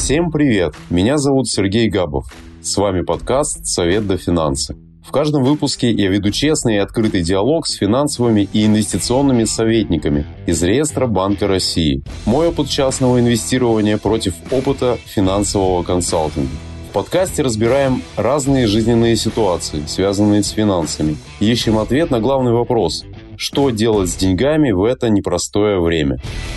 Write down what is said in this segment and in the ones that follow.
Всем привет! Меня зовут Сергей Габов. С вами подкаст «Совет до финансы». В каждом выпуске я веду честный и открытый диалог с финансовыми и инвестиционными советниками из реестра Банка России. Мой опыт частного инвестирования против опыта финансового консалтинга. В подкасте разбираем разные жизненные ситуации, связанные с финансами. Ищем ответ на главный вопрос – что делать с деньгами в это непростое время?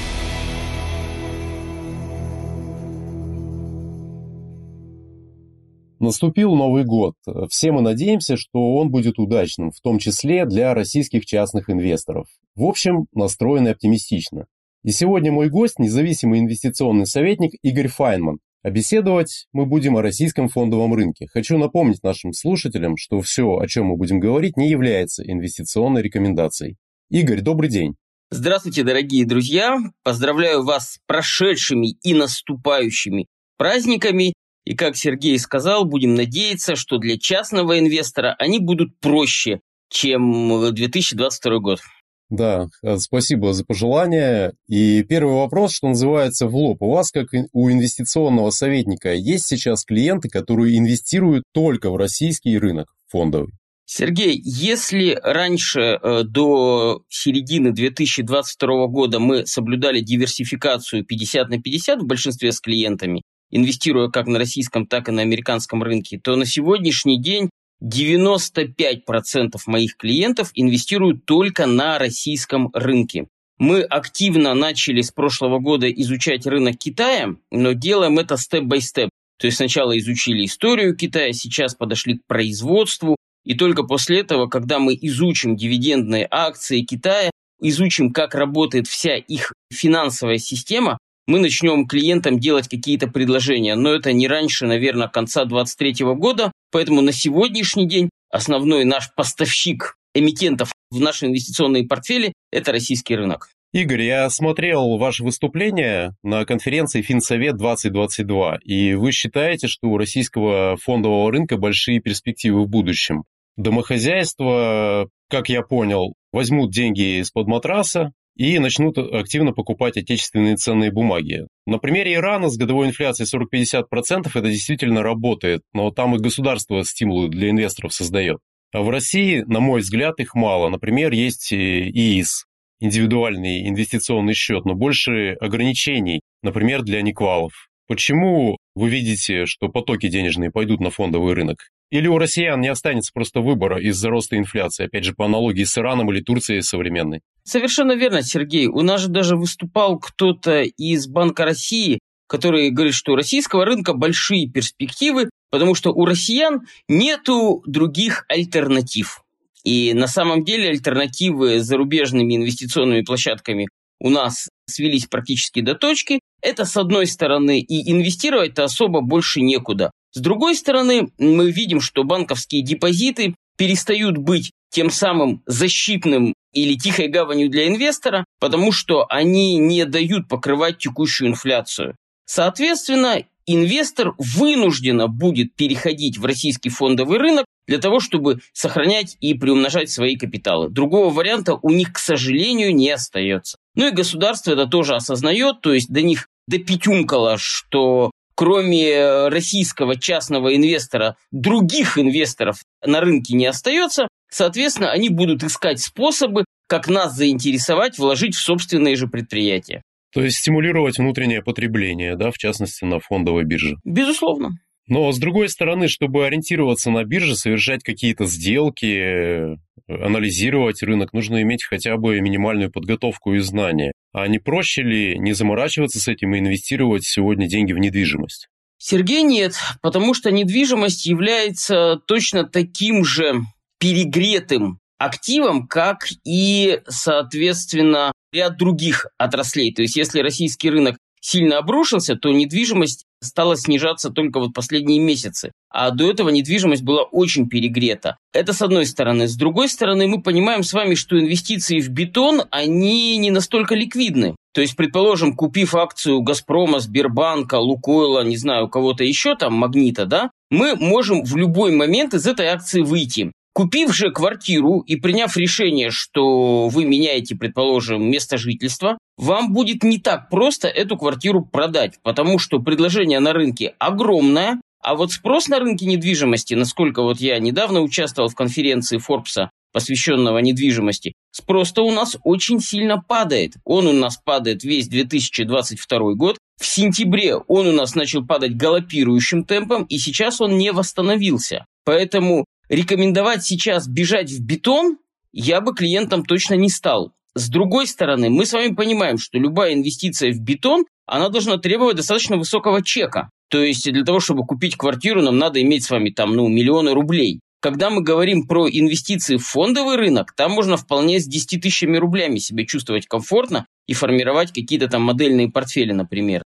Наступил Новый год. Все мы надеемся, что он будет удачным, в том числе для российских частных инвесторов. В общем, настроены оптимистично. И сегодня мой гость – независимый инвестиционный советник Игорь Файнман. А беседовать мы будем о российском фондовом рынке. Хочу напомнить нашим слушателям, что все, о чем мы будем говорить, не является инвестиционной рекомендацией. Игорь, добрый день. Здравствуйте, дорогие друзья. Поздравляю вас с прошедшими и наступающими праздниками. И, как Сергей сказал, будем надеяться, что для частного инвестора они будут проще, чем 2022 год. Да, спасибо за пожелания. И первый вопрос, что называется, в лоб. У вас, как у инвестиционного советника, есть сейчас клиенты, которые инвестируют только в российский рынок фондовый? Сергей, если раньше до середины 2022 года мы соблюдали диверсификацию 50 на 50 в большинстве с клиентами, инвестируя как на российском, так и на американском рынке, то на сегодняшний день 95% моих клиентов инвестируют только на российском рынке. Мы активно начали с прошлого года изучать рынок Китая, но делаем это степ-бай-степ. То есть сначала изучили историю Китая, сейчас подошли к производству, и только после этого, когда мы изучим дивидендные акции Китая, изучим, как работает вся их финансовая система, мы начнем клиентам делать какие-то предложения, но это не раньше, наверное, конца 2023 года, поэтому на сегодняшний день основной наш поставщик эмитентов в наши инвестиционные портфели – это российский рынок. Игорь, я смотрел ваше выступление на конференции Финсовет 2022, и вы считаете, что у российского фондового рынка большие перспективы в будущем. Домохозяйства, как я понял, возьмут деньги из-под матраса и начнут активно покупать отечественные ценные бумаги. На примере Ирана с годовой инфляцией 40-50% это действительно работает, но там и государство стимулы для инвесторов создает. А в России, на мой взгляд, их мало. Например, есть ИИС, индивидуальный инвестиционный счет, но больше ограничений, например, для неквалов. Почему вы видите, что потоки денежные пойдут на фондовый рынок? Или у россиян не останется просто выбора из-за роста инфляции, опять же, по аналогии с Ираном или Турцией современной? Совершенно верно, Сергей. У нас же даже выступал кто-то из Банка России, который говорит, что у российского рынка большие перспективы, потому что у россиян нету других альтернатив. И на самом деле альтернативы с зарубежными инвестиционными площадками у нас свелись практически до точки. Это с одной стороны, и инвестировать-то особо больше некуда. С другой стороны, мы видим, что банковские депозиты перестают быть тем самым защитным или тихой гаванью для инвестора, потому что они не дают покрывать текущую инфляцию. Соответственно, инвестор вынужденно будет переходить в российский фондовый рынок для того, чтобы сохранять и приумножать свои капиталы. Другого варианта у них, к сожалению, не остается. Ну и государство это тоже осознает, то есть до них допятюнкало, что кроме российского частного инвестора, других инвесторов на рынке не остается. Соответственно, они будут искать способы, как нас заинтересовать, вложить в собственные же предприятия. То есть стимулировать внутреннее потребление, да, в частности, на фондовой бирже. Безусловно. Но, с другой стороны, чтобы ориентироваться на бирже, совершать какие-то сделки, анализировать рынок, нужно иметь хотя бы минимальную подготовку и знания. А не проще ли не заморачиваться с этим и инвестировать сегодня деньги в недвижимость? Сергей, нет, потому что недвижимость является точно таким же перегретым активом, как и, соответственно, ряд других отраслей. То есть, если российский рынок сильно обрушился, то недвижимость стала снижаться только вот последние месяцы. А до этого недвижимость была очень перегрета. Это с одной стороны. С другой стороны, мы понимаем с вами, что инвестиции в бетон, они не настолько ликвидны. То есть, предположим, купив акцию «Газпрома», «Сбербанка», «Лукойла», не знаю, у кого-то еще там, «Магнита», да, мы можем в любой момент из этой акции выйти. Купив же квартиру и приняв решение, что вы меняете, предположим, место жительства, вам будет не так просто эту квартиру продать, потому что предложение на рынке огромное, а вот спрос на рынке недвижимости, насколько вот я недавно участвовал в конференции Форбса, посвященного недвижимости, спрос-то у нас очень сильно падает. Он у нас падает весь 2022 год. В сентябре он у нас начал падать галопирующим темпом, и сейчас он не восстановился. Поэтому рекомендовать сейчас бежать в бетон я бы клиентам точно не стал. С другой стороны, мы с вами понимаем, что любая инвестиция в бетон, она должна требовать достаточно высокого чека. То есть для того, чтобы купить квартиру, нам надо иметь с вами там, миллионы рублей. Когда мы говорим про инвестиции в фондовый рынок, там можно вполне с 10 тысячами рублями себя чувствовать комфортно и формировать какие-то там модельные портфели, например.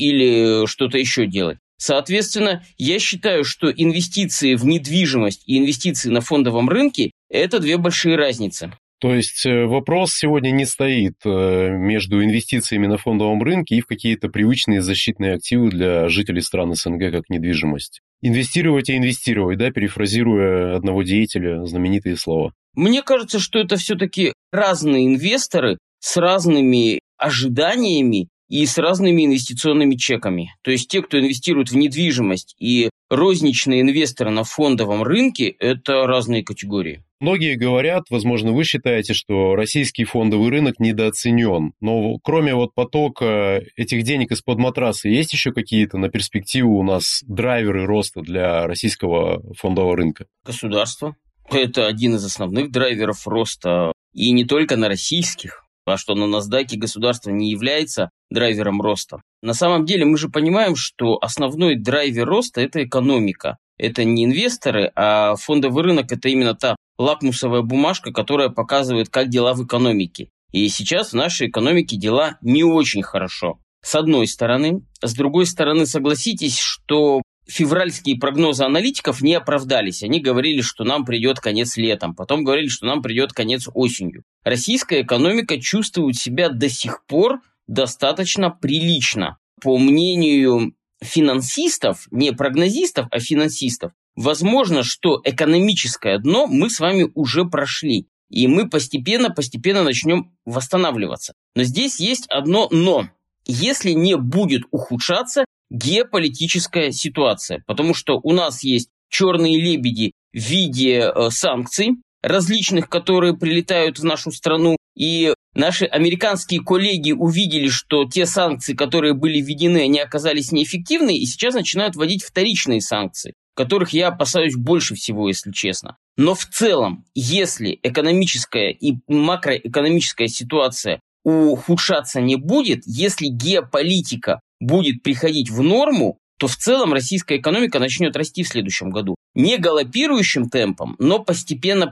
Или что-то еще делать. Соответственно, я считаю, что инвестиции в недвижимость и инвестиции на фондовом рынке – это две большие разницы. То есть вопрос сегодня не стоит между инвестициями на фондовом рынке и в какие-то привычные защитные активы для жителей стран СНГ, как недвижимость. Инвестировать и инвестировать, перефразируя одного деятеля, знаменитые слова. Мне кажется, что это все-таки разные инвесторы с разными ожиданиями и с разными инвестиционными чеками. То есть те, кто инвестирует в недвижимость, и розничные инвесторы на фондовом рынке – это разные категории. Многие говорят, возможно, вы считаете, что российский фондовый рынок недооценен. Но кроме потока этих денег из-под матраса, есть еще какие-то на перспективу у нас драйверы роста для российского фондового рынка? Государство – это один из основных драйверов роста. И не только на российских. А что на NASDAQ государство не является драйвером роста. На самом деле мы же понимаем, что основной драйвер роста – это экономика. Это не инвесторы, а фондовый рынок – это именно та лакмусовая бумажка, которая показывает, как дела в экономике. И сейчас в нашей экономике дела не очень хорошо. С одной стороны. С другой стороны, согласитесь, что февральские прогнозы аналитиков не оправдались. Они говорили, что нам придет конец летом, потом говорили, что нам придет конец осенью. Российская экономика чувствует себя до сих пор достаточно прилично. По мнению финансистов, не прогнозистов, а финансистов, возможно, что экономическое дно мы с вами уже прошли. И мы постепенно начнем восстанавливаться. Но здесь есть одно «но». Если не будет ухудшаться геополитическая ситуация, потому что у нас есть черные лебеди в виде санкций различных, которые прилетают в нашу страну, и наши американские коллеги увидели, что те санкции, которые были введены, они оказались неэффективны, и сейчас начинают вводить вторичные санкции, которых я опасаюсь больше всего, если честно. Но в целом, если экономическая и макроэкономическая ситуация ухудшаться не будет, если геополитика будет приходить в норму, то в целом российская экономика начнет расти в следующем году. Не галопирующим темпом, но постепенно.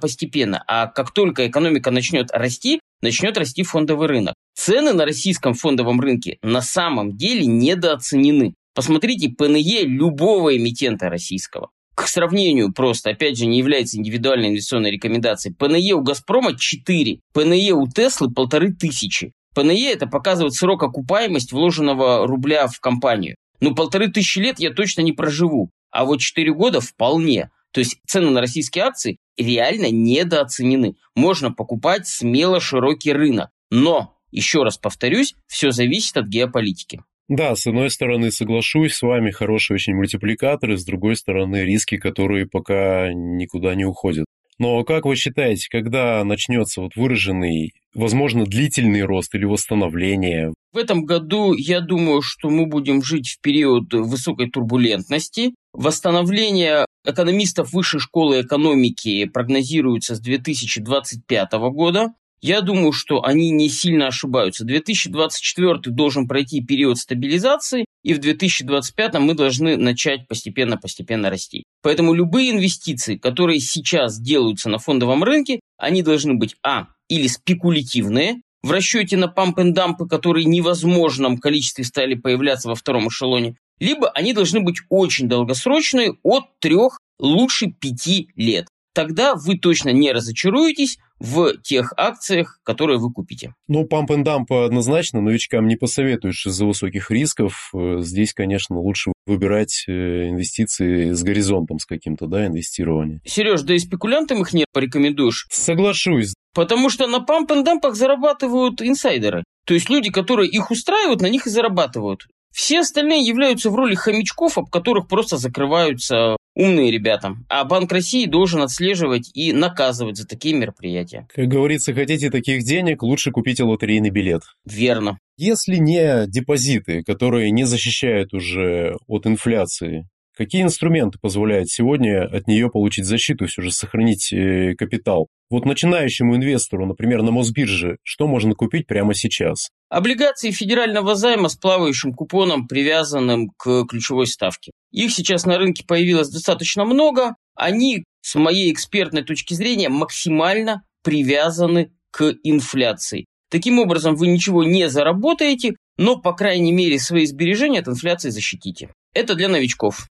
А как только экономика начнет расти фондовый рынок. Цены на российском фондовом рынке на самом деле недооценены. Посмотрите ПНЕ любого эмитента российского. К сравнению просто, опять же, не является индивидуальной инвестиционной рекомендацией. ПНЕ у «Газпрома» 4, ПНЕ у «Теслы» 1500. ПНЕ – это показывает срок окупаемости вложенного рубля в компанию. 1500 лет я точно не проживу, а вот 4 года вполне. То есть цены на российские акции реально недооценены. Можно покупать смело широкий рынок. Но, еще раз повторюсь, все зависит от геополитики. Да, с одной стороны, соглашусь с вами, хорошие очень мультипликаторы, с другой стороны, риски, которые пока никуда не уходят. Но как вы считаете, когда начнется выраженный, возможно, длительный рост или восстановление? В этом году, я думаю, что мы будем жить в период высокой турбулентности. Восстановление экономистов Высшей школы экономики прогнозируется с 2025 года. Я думаю, что они не сильно ошибаются. 2024 должен пройти период стабилизации, и в 2025 мы должны начать постепенно расти. Поэтому любые инвестиции, которые сейчас делаются на фондовом рынке, они должны быть или спекулятивные, в расчете на памп-энд-дампы, которые в невозможном количестве стали появляться во втором эшелоне, либо они должны быть очень долгосрочные, от 3, лучше 5 лет. тогда вы точно не разочаруетесь в тех акциях, которые вы купите. Ну, памп-энд-дамп однозначно новичкам не посоветуешь из-за высоких рисков. Здесь, конечно, лучше выбирать инвестиции с горизонтом, с каким-то, да, инвестирования. Сереж, да и спекулянтам их не порекомендуешь. Соглашусь. Потому что на памп-энд-дампах зарабатывают инсайдеры. То есть люди, которые их устраивают, на них и зарабатывают. Все остальные являются в роли хомячков, об которых просто закрываются умные ребята. А Банк России должен отслеживать и наказывать за такие мероприятия. Как говорится, хотите таких денег, лучше купите лотерейный билет. Верно. Если не депозиты, которые не защищают уже от инфляции, какие инструменты позволяют сегодня от нее получить защиту, все же сохранить капитал? Вот начинающему инвестору, например, на Мосбирже, что можно купить прямо сейчас? Облигации федерального займа с плавающим купоном, привязанным к ключевой ставке. Их сейчас на рынке появилось достаточно много. Они, с моей экспертной точки зрения, максимально привязаны к инфляции. Таким образом, вы ничего не заработаете, но, по крайней мере, свои сбережения от инфляции защитите. Это для новичков.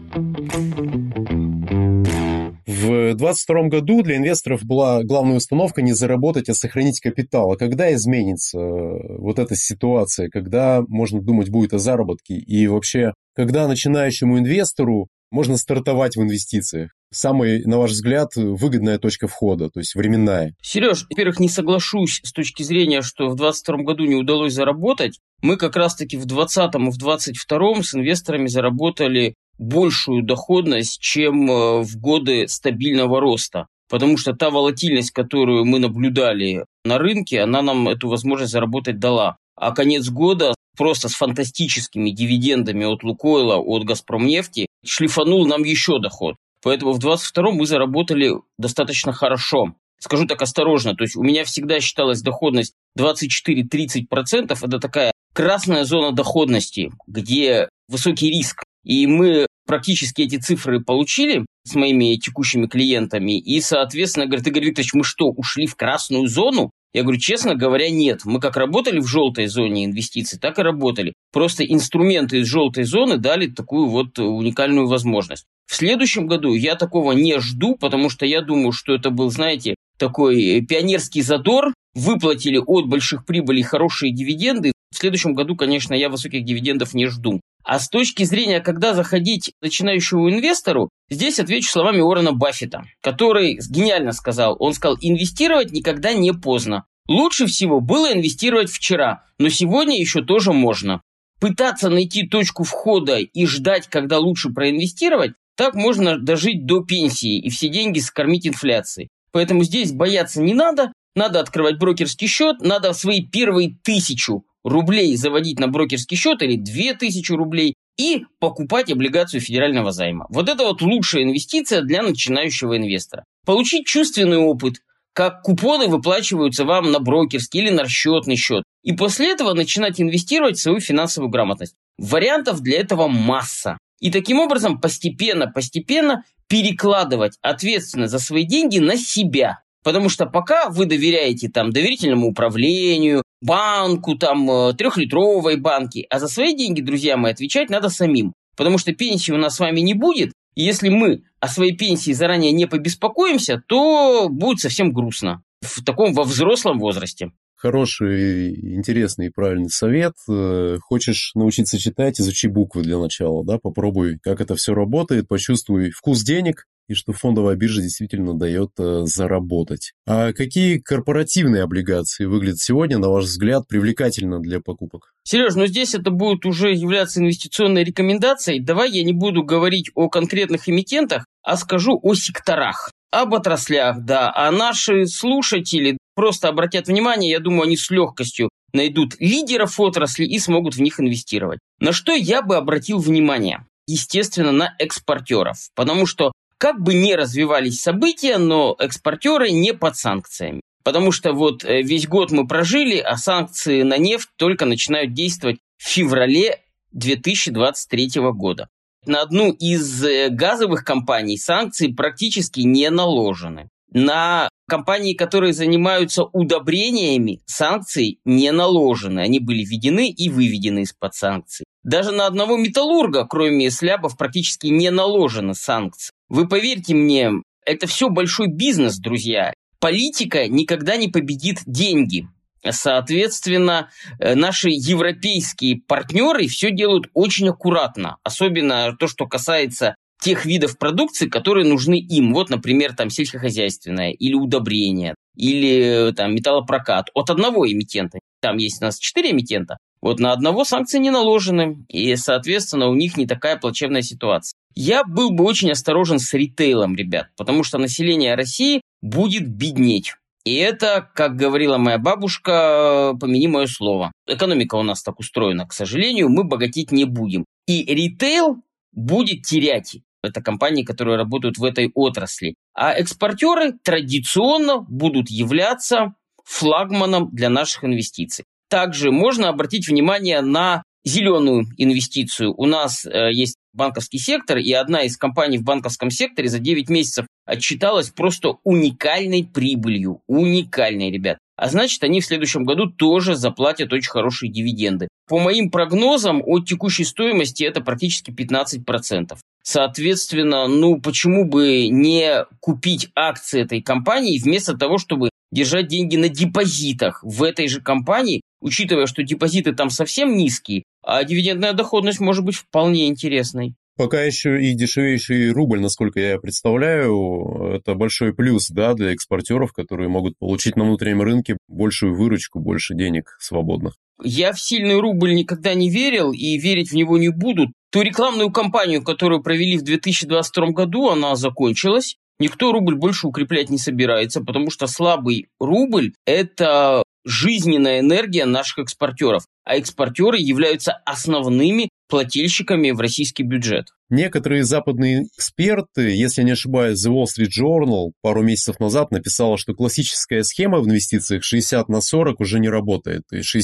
В 2022 году для инвесторов была главная установка не заработать, а сохранить капитал. А когда изменится вот эта ситуация, когда можно думать будет о заработке и вообще, когда начинающему инвестору можно стартовать в инвестициях? Самая, на ваш взгляд, выгодная точка входа, то есть временная. Сереж, во-первых, не соглашусь с точки зрения, что в 2022 году не удалось заработать. Мы как раз-таки в 2020 и в 2022 с инвесторами заработали большую доходность, чем в годы стабильного роста. Потому что та волатильность, которую мы наблюдали на рынке, она нам эту возможность заработать дала. А конец года просто с фантастическими дивидендами от Лукойла, от Газпромнефти шлифанул нам еще доход. Поэтому в 2022 мы заработали достаточно хорошо. Скажу так осторожно, то есть у меня всегда считалась доходность 24-30%. Это такая красная зона доходности, где высокий риск. И мы практически эти цифры получили с моими текущими клиентами. И, соответственно, говорит, Игорь Викторович, мы что, ушли в красную зону? Я говорю, честно говоря, нет. Мы как работали в желтой зоне инвестиций, так и работали. Просто инструменты из желтой зоны дали такую вот уникальную возможность. В следующем году я такого не жду, потому что я думаю, что это был, знаете, такой пионерский задор. Выплатили от больших прибылей хорошие дивиденды. В следующем году, конечно, я высоких дивидендов не жду. А с точки зрения, когда заходить начинающему инвестору, здесь отвечу словами Уоррена Баффета, который гениально сказал. Он сказал, инвестировать никогда не поздно. Лучше всего было инвестировать вчера, но сегодня еще тоже можно. Пытаться найти точку входа и ждать, когда лучше проинвестировать, так можно дожить до пенсии и все деньги скормить инфляцией. Поэтому здесь бояться не надо, надо открывать брокерский счет, надо свои первые 1000 рублей заводить на брокерский счет или 2000 рублей и покупать облигацию федерального займа. Вот это вот лучшая инвестиция для начинающего инвестора. Получить чувственный опыт, как купоны выплачиваются вам на брокерский или на расчетный счет. И после этого начинать инвестировать в свою финансовую грамотность. Вариантов для этого масса. И таким образом постепенно перекладывать ответственность за свои деньги на себя. Потому что пока вы доверяете там доверительному управлению, банку, там 3-литровой банке, а за свои деньги, друзья мои, отвечать надо самим. Потому что пенсии у нас с вами не будет, и если мы о своей пенсии заранее не побеспокоимся, то будет совсем грустно во взрослом возрасте. Хороший, интересный и правильный совет. Хочешь научиться читать, изучи буквы для начала, да, попробуй, как это все работает, почувствуй вкус денег и что фондовая биржа действительно дает заработать. А какие корпоративные облигации выглядят сегодня, на ваш взгляд, привлекательно для покупок? Сереж, здесь это будет уже являться инвестиционной рекомендацией. Давай я не буду говорить о конкретных эмитентах, а скажу о секторах, об отраслях, да. А наши слушатели просто обратят внимание, я думаю, они с легкостью найдут лидеров отрасли и смогут в них инвестировать. На что я бы обратил внимание? Естественно, на экспортеров. Потому что как бы ни развивались события, но экспортеры не под санкциями. Потому что вот весь год мы прожили, а санкции на нефть только начинают действовать в феврале 2023 года. На одну из газовых компаний санкции практически не наложены. На компании, которые занимаются удобрениями, санкции не наложены. Они были введены и выведены из-под санкций. Даже на одного металлурга, кроме сляпов, практически не наложены санкции. Вы поверьте мне, Это все большой бизнес, друзья. Политика никогда не победит деньги. Соответственно, наши европейские партнеры все делают очень аккуратно. Особенно то, что касается тех видов продукции, которые нужны им. Вот, например, там сельскохозяйственное или удобрение, или там металлопрокат от одного эмитента. Там есть у нас 4 эмитента. Вот на одного санкции не наложены, и, соответственно, у них не такая плачевная ситуация. Я был бы очень осторожен с ритейлом, ребят, потому что население России будет беднеть. И это, как говорила моя бабушка, помяни мое слово. Экономика у нас так устроена, к сожалению, мы богатеть не будем. И ритейл будет терять. Это компании, которые работают в этой отрасли. А экспортеры традиционно будут являться флагманом для наших инвестиций. Также можно обратить внимание на зеленую инвестицию. У нас есть банковский сектор, и одна из компаний в банковском секторе за 9 месяцев отчиталась просто уникальной прибылью. Уникальной, ребят. А значит, они в следующем году тоже заплатят очень хорошие дивиденды. По моим прогнозам, от текущей стоимости это практически 15%. Соответственно, почему бы не купить акции этой компании вместо того, чтобы держать деньги на депозитах в этой же компании, учитывая, что депозиты там совсем низкие, а дивидендная доходность может быть вполне интересной. Пока еще и дешевейший рубль, насколько я представляю, это большой плюс, да, для экспортеров, которые могут получить на внутреннем рынке большую выручку, больше денег свободных. Я в сильный рубль никогда не верил и верить в него не буду. Ту рекламную кампанию, которую провели в 2022 году, она закончилась. Никто рубль больше укреплять не собирается, потому что слабый рубль – это жизненная энергия наших экспортеров. А экспортеры являются основными плательщиками в российский бюджет. Некоторые западные эксперты, если не ошибаюсь, The Wall Street Journal пару месяцев назад написала, что классическая схема в инвестициях 60/40 уже не работает. То есть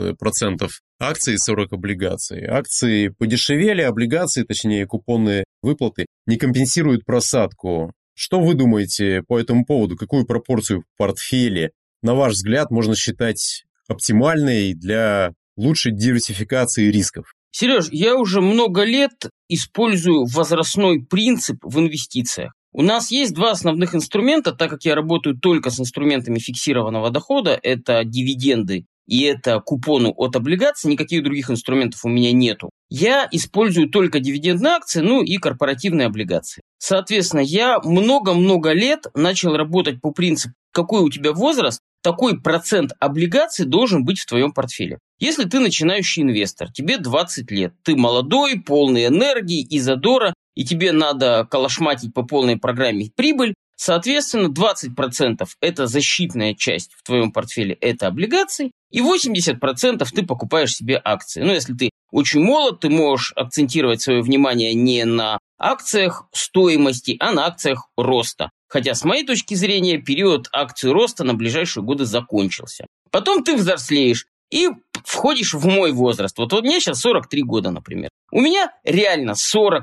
60% акций, 40 облигаций. Акции подешевели, облигации, точнее купонные выплаты, не компенсируют просадку. Что вы думаете по этому поводу? Какую пропорцию в портфеле, на ваш взгляд, можно считать оптимальной для лучшей диверсификации рисков? Сереж, я уже много лет использую возрастной принцип в инвестициях. У нас есть 2 основных инструмента, так как я работаю только с инструментами фиксированного дохода, это дивиденды и это купоны от облигаций, никаких других инструментов у меня нету. Я использую только дивидендные акции, и корпоративные облигации. Соответственно, я много-много лет начал работать по принципу, какой у тебя возраст, такой процент облигаций должен быть в твоем портфеле. Если ты начинающий инвестор, тебе 20 лет, ты молодой, полный энергии и задора, и тебе надо калашматить по полной программе прибыль, соответственно, 20% это защитная часть в твоем портфеле, это облигации, и 80% ты покупаешь себе акции. Если ты очень молод, ты можешь акцентировать свое внимание не на акциях стоимости, а на акциях роста. Хотя, с моей точки зрения, период акций роста на ближайшие годы закончился. Потом ты взрослеешь и входишь в мой возраст. Вот мне сейчас 43 года, например. У меня реально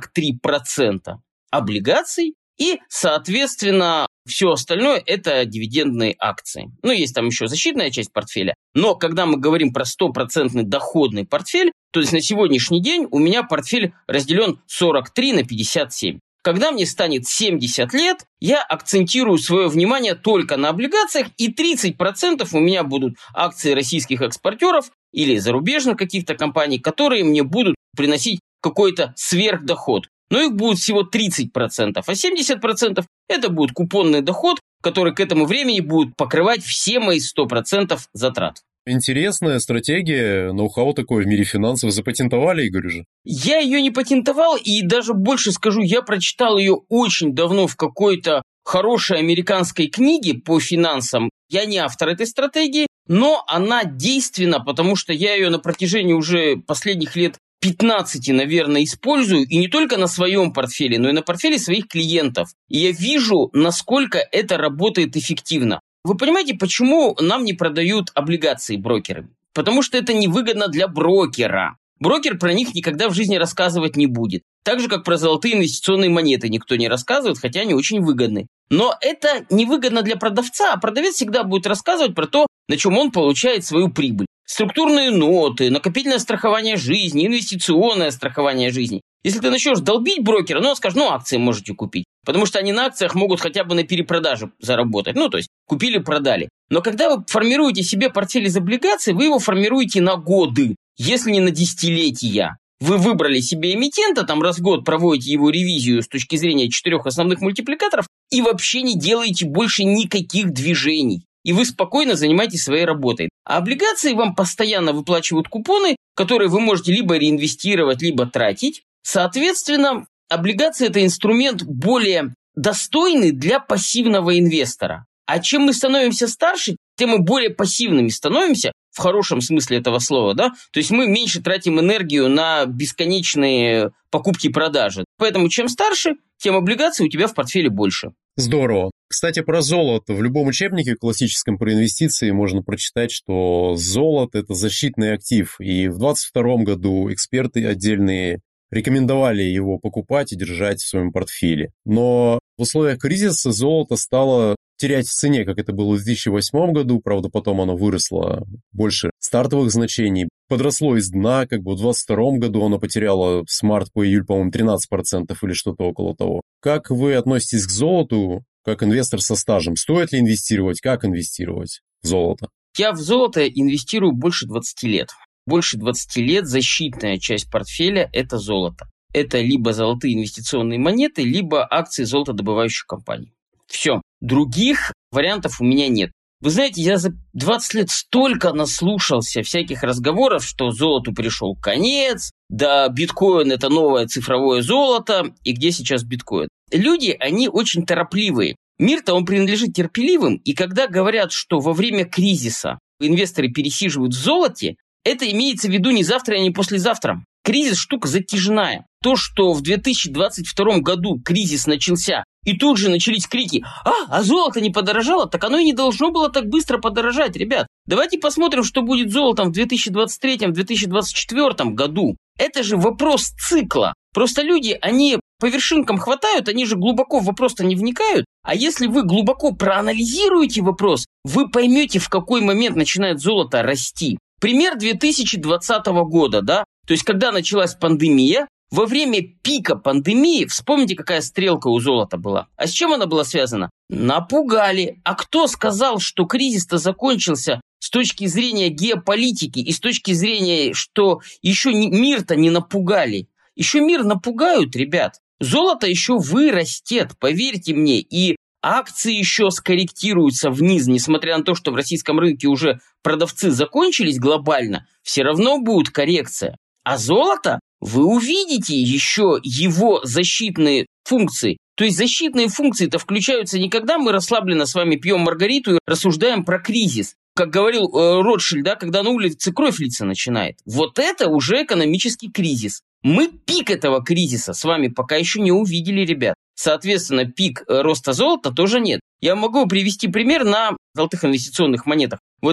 43% облигаций и, соответственно, все остальное – это дивидендные акции. Есть там еще защитная часть портфеля. Но когда мы говорим про 100% доходный портфель, то есть на сегодняшний день у меня портфель разделен 43 на 57. Когда мне станет 70 лет, я акцентирую свое внимание только на облигациях, и 30% у меня будут акции российских экспортеров или зарубежных каких-то компаний, которые мне будут приносить какой-то сверхдоход. Но их будет всего 30%, а 70% это будет купонный доход, который к этому времени будет покрывать все мои 100% затрат. Интересная стратегия, ноу-хау такое в мире финансов. Запатентовали, Игорь, уже? Я ее не патентовал, и даже больше скажу, я прочитал ее очень давно в какой-то хорошей американской книге по финансам. Я не автор этой стратегии, но она действенна, потому что я ее на протяжении уже последних лет 15, наверное, использую, и не только на своем портфеле, но и на портфеле своих клиентов. И я вижу, насколько это работает эффективно. Вы понимаете, почему нам не продают облигации брокеры? Потому что это невыгодно для брокера. Брокер про них никогда в жизни рассказывать не будет. Так же, как про золотые инвестиционные монеты никто не рассказывает, хотя они очень выгодны. Но это невыгодно для продавца, а продавец всегда будет рассказывать про то, на чем он получает свою прибыль. Структурные ноты, накопительное страхование жизни, инвестиционное страхование жизни. Если ты начнешь долбить брокера, он скажет, акции можете купить. Потому что они на акциях могут хотя бы на перепродаже заработать. То есть купили, продали. Но когда вы формируете себе портфель из облигаций, вы его формируете на годы, если не на десятилетия. Вы выбрали себе эмитента, раз в год проводите его ревизию с точки зрения 4 основных мультипликаторов и вообще не делаете больше никаких движений. И вы спокойно занимаетесь своей работой. А облигации вам постоянно выплачивают купоны, которые вы можете либо реинвестировать, либо тратить. Соответственно, облигации – это инструмент более достойный для пассивного инвестора. А чем мы становимся старше, тем мы более пассивными становимся, в хорошем смысле этого слова, да? То есть мы меньше тратим энергию на бесконечные покупки и продажи. Поэтому чем старше, тем облигаций у тебя в портфеле больше. Здорово. Кстати, про золото. В любом учебнике классическом про инвестиции можно прочитать, что золото – это защитный актив. И в 2022 году эксперты отдельные рекомендовали его покупать и держать в своем портфеле. Но в условиях кризиса золото стало терять в цене, как это было в 2008 году. Правда, потом оно выросло больше стартовых значений. Подросло из дна, в 2022 году оно потеряло с марта по июль, по-моему, 13% или что-то около того. Как вы относитесь к золоту, как инвестор со стажем? Стоит ли инвестировать? Как инвестировать в золото? Я в золото инвестирую больше 20 лет. Больше 20 лет защитная часть портфеля – это золото. Это либо золотые инвестиционные монеты, либо акции золотодобывающих компаний. Все. Других вариантов у меня нет. Вы знаете, я за 20 лет столько наслушался всяких разговоров, что золоту пришел конец, да биткоин – это новое цифровое золото, и где сейчас биткоин? Люди, они очень торопливые. Мир-то он принадлежит терпеливым, и когда говорят, что во время кризиса инвесторы пересиживают в золоте, это имеется в виду не завтра и не послезавтра. Кризис – штука затяжная. То, что в 2022 году кризис начался, и тут же начались крики а золото не подорожало, так оно и не должно было так быстро подорожать, ребят. Давайте посмотрим, что будет с золотом в 2023-2024 году. Это же вопрос цикла. Просто люди, они по вершинкам хватают, они же глубоко в вопрос-то не вникают. А если вы глубоко проанализируете вопрос, вы поймете, в какой момент начинает золото расти. Пример 2020 года, да? То есть, когда началась пандемия, во время пика пандемии, вспомните, какая стрелка у золота была. А с чем она была связана? Напугали. А кто сказал, что кризис-то закончился с точки зрения геополитики и с точки зрения, что еще мир-то не напугали? Еще мир напугают, ребят. Золото еще вырастет, поверьте мне, и акции еще скорректируются вниз, несмотря на то, что в российском рынке уже продавцы закончились глобально, все равно будет коррекция. А золото, вы увидите еще его защитные функции. То есть защитные функции-то включаются не когда мы расслабленно с вами пьем маргариту и рассуждаем про кризис. Как говорил Ротшильд, да, когда на улице кровь литься начинает. Вот это уже экономический кризис. Мы пик этого кризиса с вами пока еще не увидели, ребят. Соответственно, пик роста золота тоже нет. Я могу привести пример на золотых инвестиционных монетах. Вот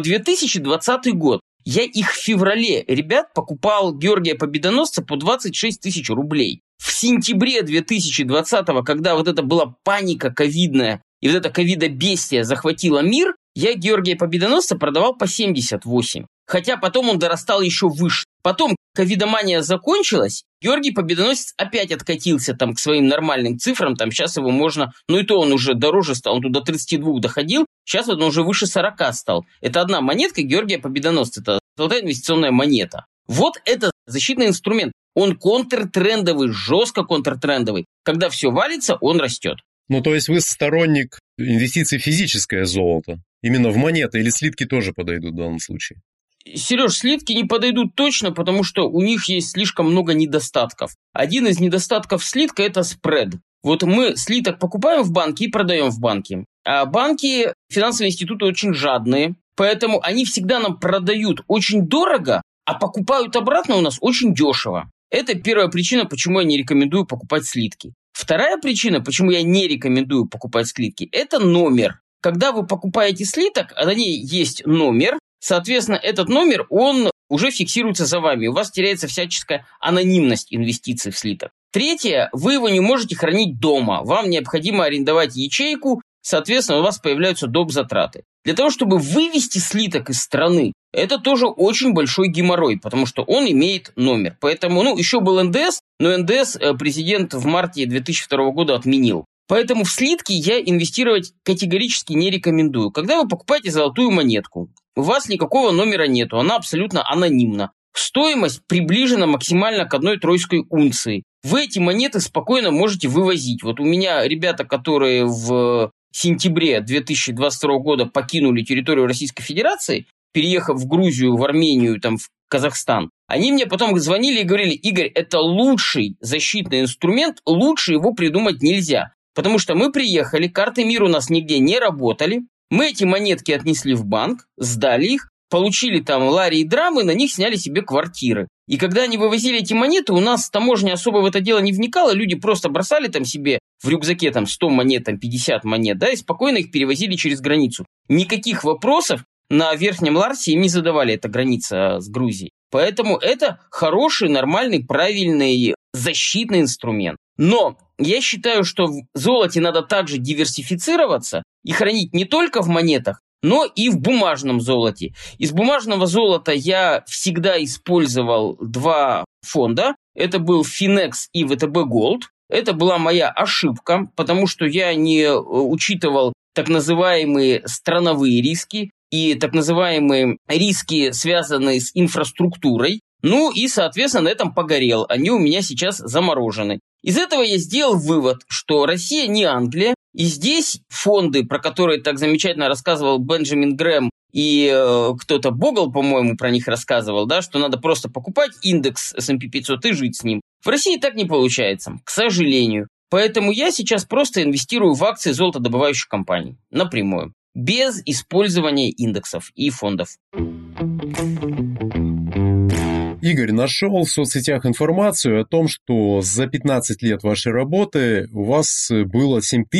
2020 год. Я их в феврале, ребят, покупал Георгия Победоносца по 26 тысяч рублей. В сентябре 2020, когда вот это была паника ковидная, и вот эта ковидобестия захватила мир, я Георгия Победоносца продавал по 78. Хотя потом он дорастал еще выше. Потом ковидомания закончилась, Георгий Победоносец опять откатился там к своим нормальным цифрам, там сейчас его можно, и то он уже дороже стал, он туда 32 доходил, сейчас он уже выше 40 стал. Это одна монетка Георгия Победоносца, это золотая инвестиционная монета. Вот это защитный инструмент. Он контртрендовый, жестко контртрендовый. Когда все валится, он растет. То есть вы сторонник инвестиций в физическое золото? Именно в монеты или слитки тоже подойдут в данном случае? Сереж, слитки не подойдут точно, потому что у них есть слишком много недостатков. Один из недостатков слитка – это спред. Вот мы слиток покупаем в банке и продаем в банке. А банки, финансовые институты очень жадные, поэтому они всегда нам продают очень дорого, а покупают обратно у нас очень дешево. Это первая причина, почему я не рекомендую покупать слитки. Вторая причина, почему я не рекомендую покупать слитки – это номер. Когда вы покупаете слиток, на ней есть номер. Соответственно, этот номер, он уже фиксируется за вами. У вас теряется всяческая анонимность инвестиций в слиток. Третье, вы его не можете хранить дома. Вам необходимо арендовать ячейку, соответственно, у вас появляются доп. Затраты. Для того, чтобы вывести слиток из страны, это тоже очень большой геморрой, потому что он имеет номер. Поэтому, еще был НДС, Но НДС президент в марте 2002 года отменил. Поэтому в слитки я инвестировать категорически не рекомендую. Когда вы покупаете золотую монетку, у вас никакого номера нету, она абсолютно анонимна. Стоимость приближена максимально к 1 тройской унции. Вы эти монеты спокойно можете вывозить. Вот у меня ребята, которые в сентябре 2022 года покинули территорию Российской Федерации, переехав в Грузию, в Армению, там, в Казахстан, они мне потом звонили и говорили: Игорь, это лучший защитный инструмент, лучше его придумать нельзя. Потому что мы приехали, карты МИР у нас нигде не работали, мы эти монетки отнесли в банк, сдали их, получили там лари и драмы, на них сняли себе квартиры. И когда они вывозили эти монеты, у нас таможня особо в это дело не вникала, люди просто бросали там себе в рюкзаке там 100 монет, там 50 монет, да, и спокойно их перевозили через границу. Никаких вопросов на Верхнем Ларсе им не задавали, эта граница с Грузией. Поэтому это хороший, нормальный, правильный защитный инструмент. Но я считаю, что в золоте надо также диверсифицироваться и хранить не только в монетах, но и в бумажном золоте. Из бумажного золота я всегда использовал 2 фонда. Это был Finex и ВТБ Gold. Это была моя ошибка, потому что я не учитывал так называемые страновые риски и так называемые риски, связанные с инфраструктурой. Ну и, соответственно, на этом погорел. Они у меня сейчас заморожены. Из этого я сделал вывод, что Россия не Англия, и здесь фонды, про которые так замечательно рассказывал Бенджамин Грэм, и кто-то Богл, по-моему, про них рассказывал, да, что надо просто покупать индекс S&P 500 и жить с ним. В России так не получается, к сожалению. Поэтому я сейчас просто инвестирую в акции золотодобывающих компаний напрямую, без использования индексов и фондов. Игорь, нашел в соцсетях информацию о том, что за 15 лет вашей работы у вас было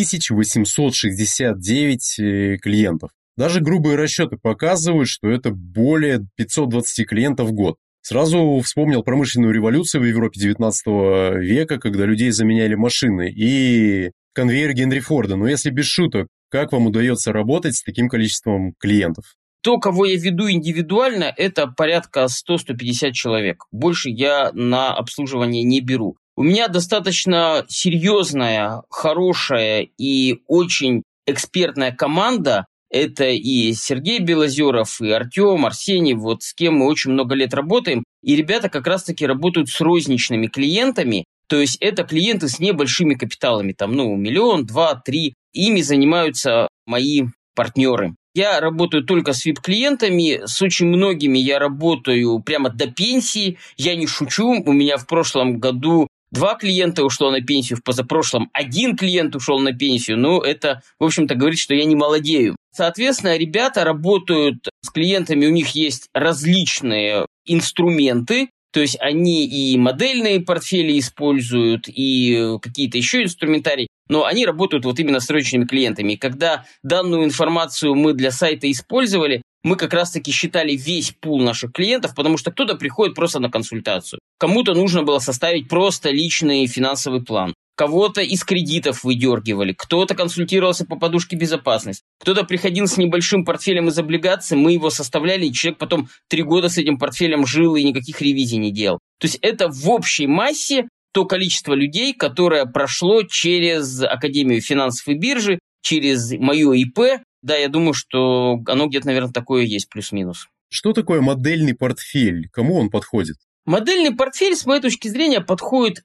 7869 клиентов. Даже грубые расчеты показывают, что это более 520 клиентов в год. Сразу вспомнил промышленную революцию в Европе 19 века, когда людей заменяли машины, и конвейер Генри Форда. Но если без шуток, как вам удается работать с таким количеством клиентов? То, кого я веду индивидуально, это порядка 100-150 человек. Больше я на обслуживание не беру. У меня достаточно серьезная, хорошая и очень экспертная команда. Это и Сергей Белозеров, и Артем, Арсений, вот с кем мы очень много лет работаем. И ребята как раз-таки работают с розничными клиентами. То есть это клиенты с небольшими капиталами, там, 1 миллион, 2, 3. Ими занимаются мои партнеры. Я работаю только с VIP-клиентами, с очень многими я работаю прямо до пенсии, я не шучу, у меня в прошлом году 2 клиента ушло на пенсию, в позапрошлом 1 клиент ушел на пенсию, это, в общем-то, говорит, что я не молодею. Соответственно, ребята работают с клиентами, у них есть различные инструменты, то есть они и модельные портфели используют, и какие-то еще инструментарии, но они работают вот именно с розничными клиентами. И когда данную информацию мы для сайта использовали, мы как раз-таки считали весь пул наших клиентов, потому что кто-то приходит просто на консультацию. Кому-то нужно было составить просто личный финансовый план. Кого-то из кредитов выдергивали, кто-то консультировался по подушке безопасности, кто-то приходил с небольшим портфелем из облигаций, мы его составляли, и человек потом 3 года с этим портфелем жил и никаких ревизий не делал. То есть это в общей массе то количество людей, которое прошло через Академию финансов и биржи, через мое ИП. Да, я думаю, что оно где-то, наверное, такое есть, плюс-минус. Что такое модельный портфель? Кому он подходит? Модельный портфель, с моей точки зрения, подходит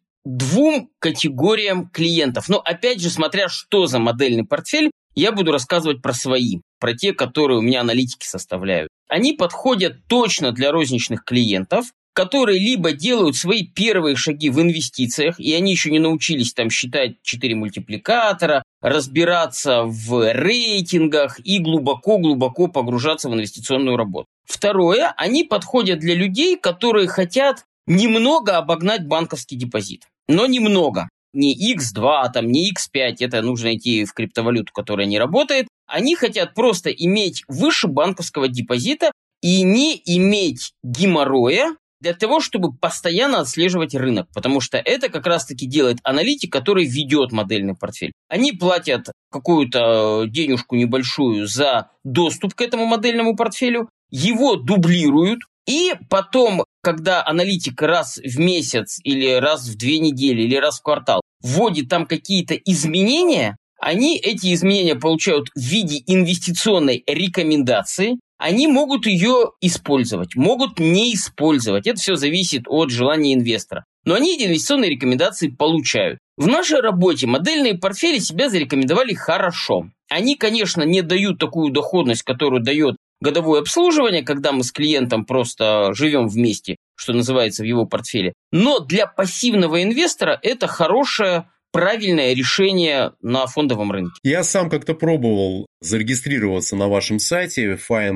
2 категориям клиентов. Но опять же, смотря что за модельный портфель, я буду рассказывать про свои, про те, которые у меня аналитики составляют. Они подходят точно для розничных клиентов, которые либо делают свои первые шаги в инвестициях, и они еще не научились там считать 4 мультипликатора, разбираться в рейтингах и глубоко-глубоко погружаться в инвестиционную работу. Второе, они подходят для людей, которые хотят немного обогнать банковский депозит. Но немного. Не X2, не X5, это нужно идти в криптовалюту, которая не работает. Они хотят просто иметь выше банковского депозита и не иметь геморроя для того, чтобы постоянно отслеживать рынок. Потому что это как раз-таки делает аналитик, который ведет модельный портфель. Они платят какую-то денежку небольшую за доступ к этому модельному портфелю, его дублируют, и потом когда аналитик раз в месяц или раз в 2 недели или раз в квартал вводит там какие-то изменения, они эти изменения получают в виде инвестиционной рекомендации, они могут ее использовать, могут не использовать. Это все зависит от желания инвестора. Но они эти инвестиционные рекомендации получают. В нашей работе модельные портфели себя зарекомендовали хорошо. Они, конечно, не дают такую доходность, которую дает годовое обслуживание, когда мы с клиентом просто живем вместе, что называется, в его портфеле. Но для пассивного инвестора это хорошее, правильное решение на фондовом рынке. Я сам как-то пробовал зарегистрироваться на вашем сайте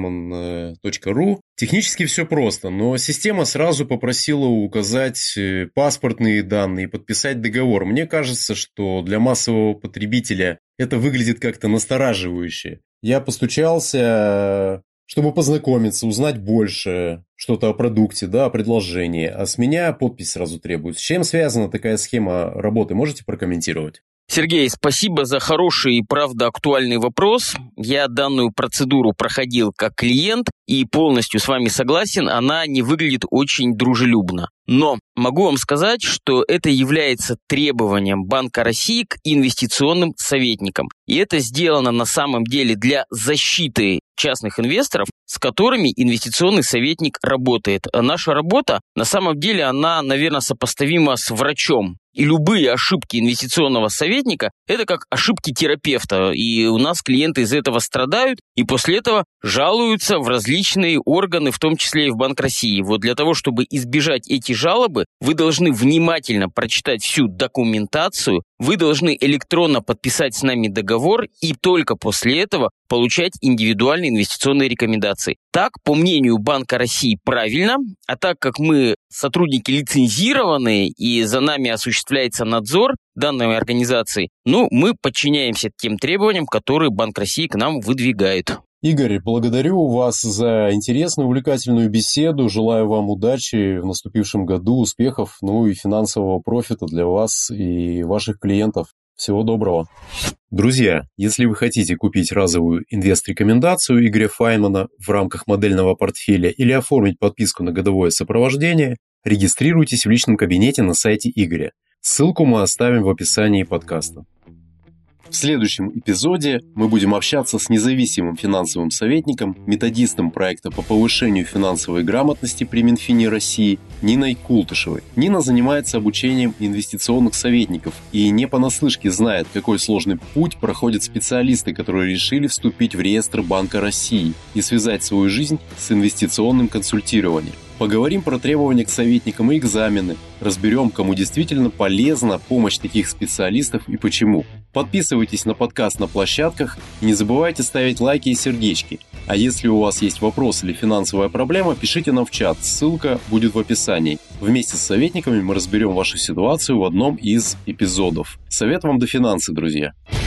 fineman.ru. Технически все просто, но система сразу попросила указать паспортные данные и подписать договор. Мне кажется, что для массового потребителя это выглядит как-то настораживающе. Я постучался, чтобы познакомиться, узнать больше, что-то о продукте, да, о предложении. А с меня подпись сразу требуется. С чем связана такая схема работы? Можете прокомментировать? Сергей, спасибо за хороший и, правда, актуальный вопрос. Я данную процедуру проходил как клиент и полностью с вами согласен, она не выглядит очень дружелюбно. Но могу вам сказать, что это является требованием Банка России к инвестиционным советникам. И это сделано на самом деле для защиты частных инвесторов, с которыми инвестиционный советник работает. А наша работа, на самом деле, она, наверное, сопоставима с врачом. И любые ошибки инвестиционного советника – это как ошибки терапевта. И у нас клиенты из этого страдают, и после этого жалуются в различные органы, в том числе и в Банк России. Вот для того, чтобы избежать эти жалобы, вы должны внимательно прочитать всю документацию, вы должны электронно подписать с нами договор и только после этого получать индивидуальные инвестиционные рекомендации. Так, по мнению Банка России, правильно, а так как мы сотрудники лицензированные и за нами осуществляется надзор данной организации, мы подчиняемся тем требованиям, которые Банк России к нам выдвигает. Игорь, благодарю вас за интересную, увлекательную беседу. Желаю вам удачи в наступившем году, успехов, и финансового профита для вас и ваших клиентов. Всего доброго. Друзья, если вы хотите купить разовую инвест-рекомендацию Игоря Файнмана в рамках модельного портфеля или оформить подписку на годовое сопровождение, регистрируйтесь в личном кабинете на сайте Игоря. Ссылку мы оставим в описании подкаста. В следующем эпизоде мы будем общаться с независимым финансовым советником, методистом проекта по повышению финансовой грамотности при Минфине России Ниной Култышевой. Нина занимается обучением инвестиционных советников и не понаслышке знает, какой сложный путь проходят специалисты, которые решили вступить в реестр Банка России и связать свою жизнь с инвестиционным консультированием. Поговорим про требования к советникам и экзамены, разберем, кому действительно полезна помощь таких специалистов и почему. Подписывайтесь на подкаст на площадках и не забывайте ставить лайки и сердечки. А если у вас есть вопрос или финансовая проблема, пишите нам в чат, ссылка будет в описании. Вместе с советниками мы разберем вашу ситуацию в одном из эпизодов. Совет вам до финансы, друзья!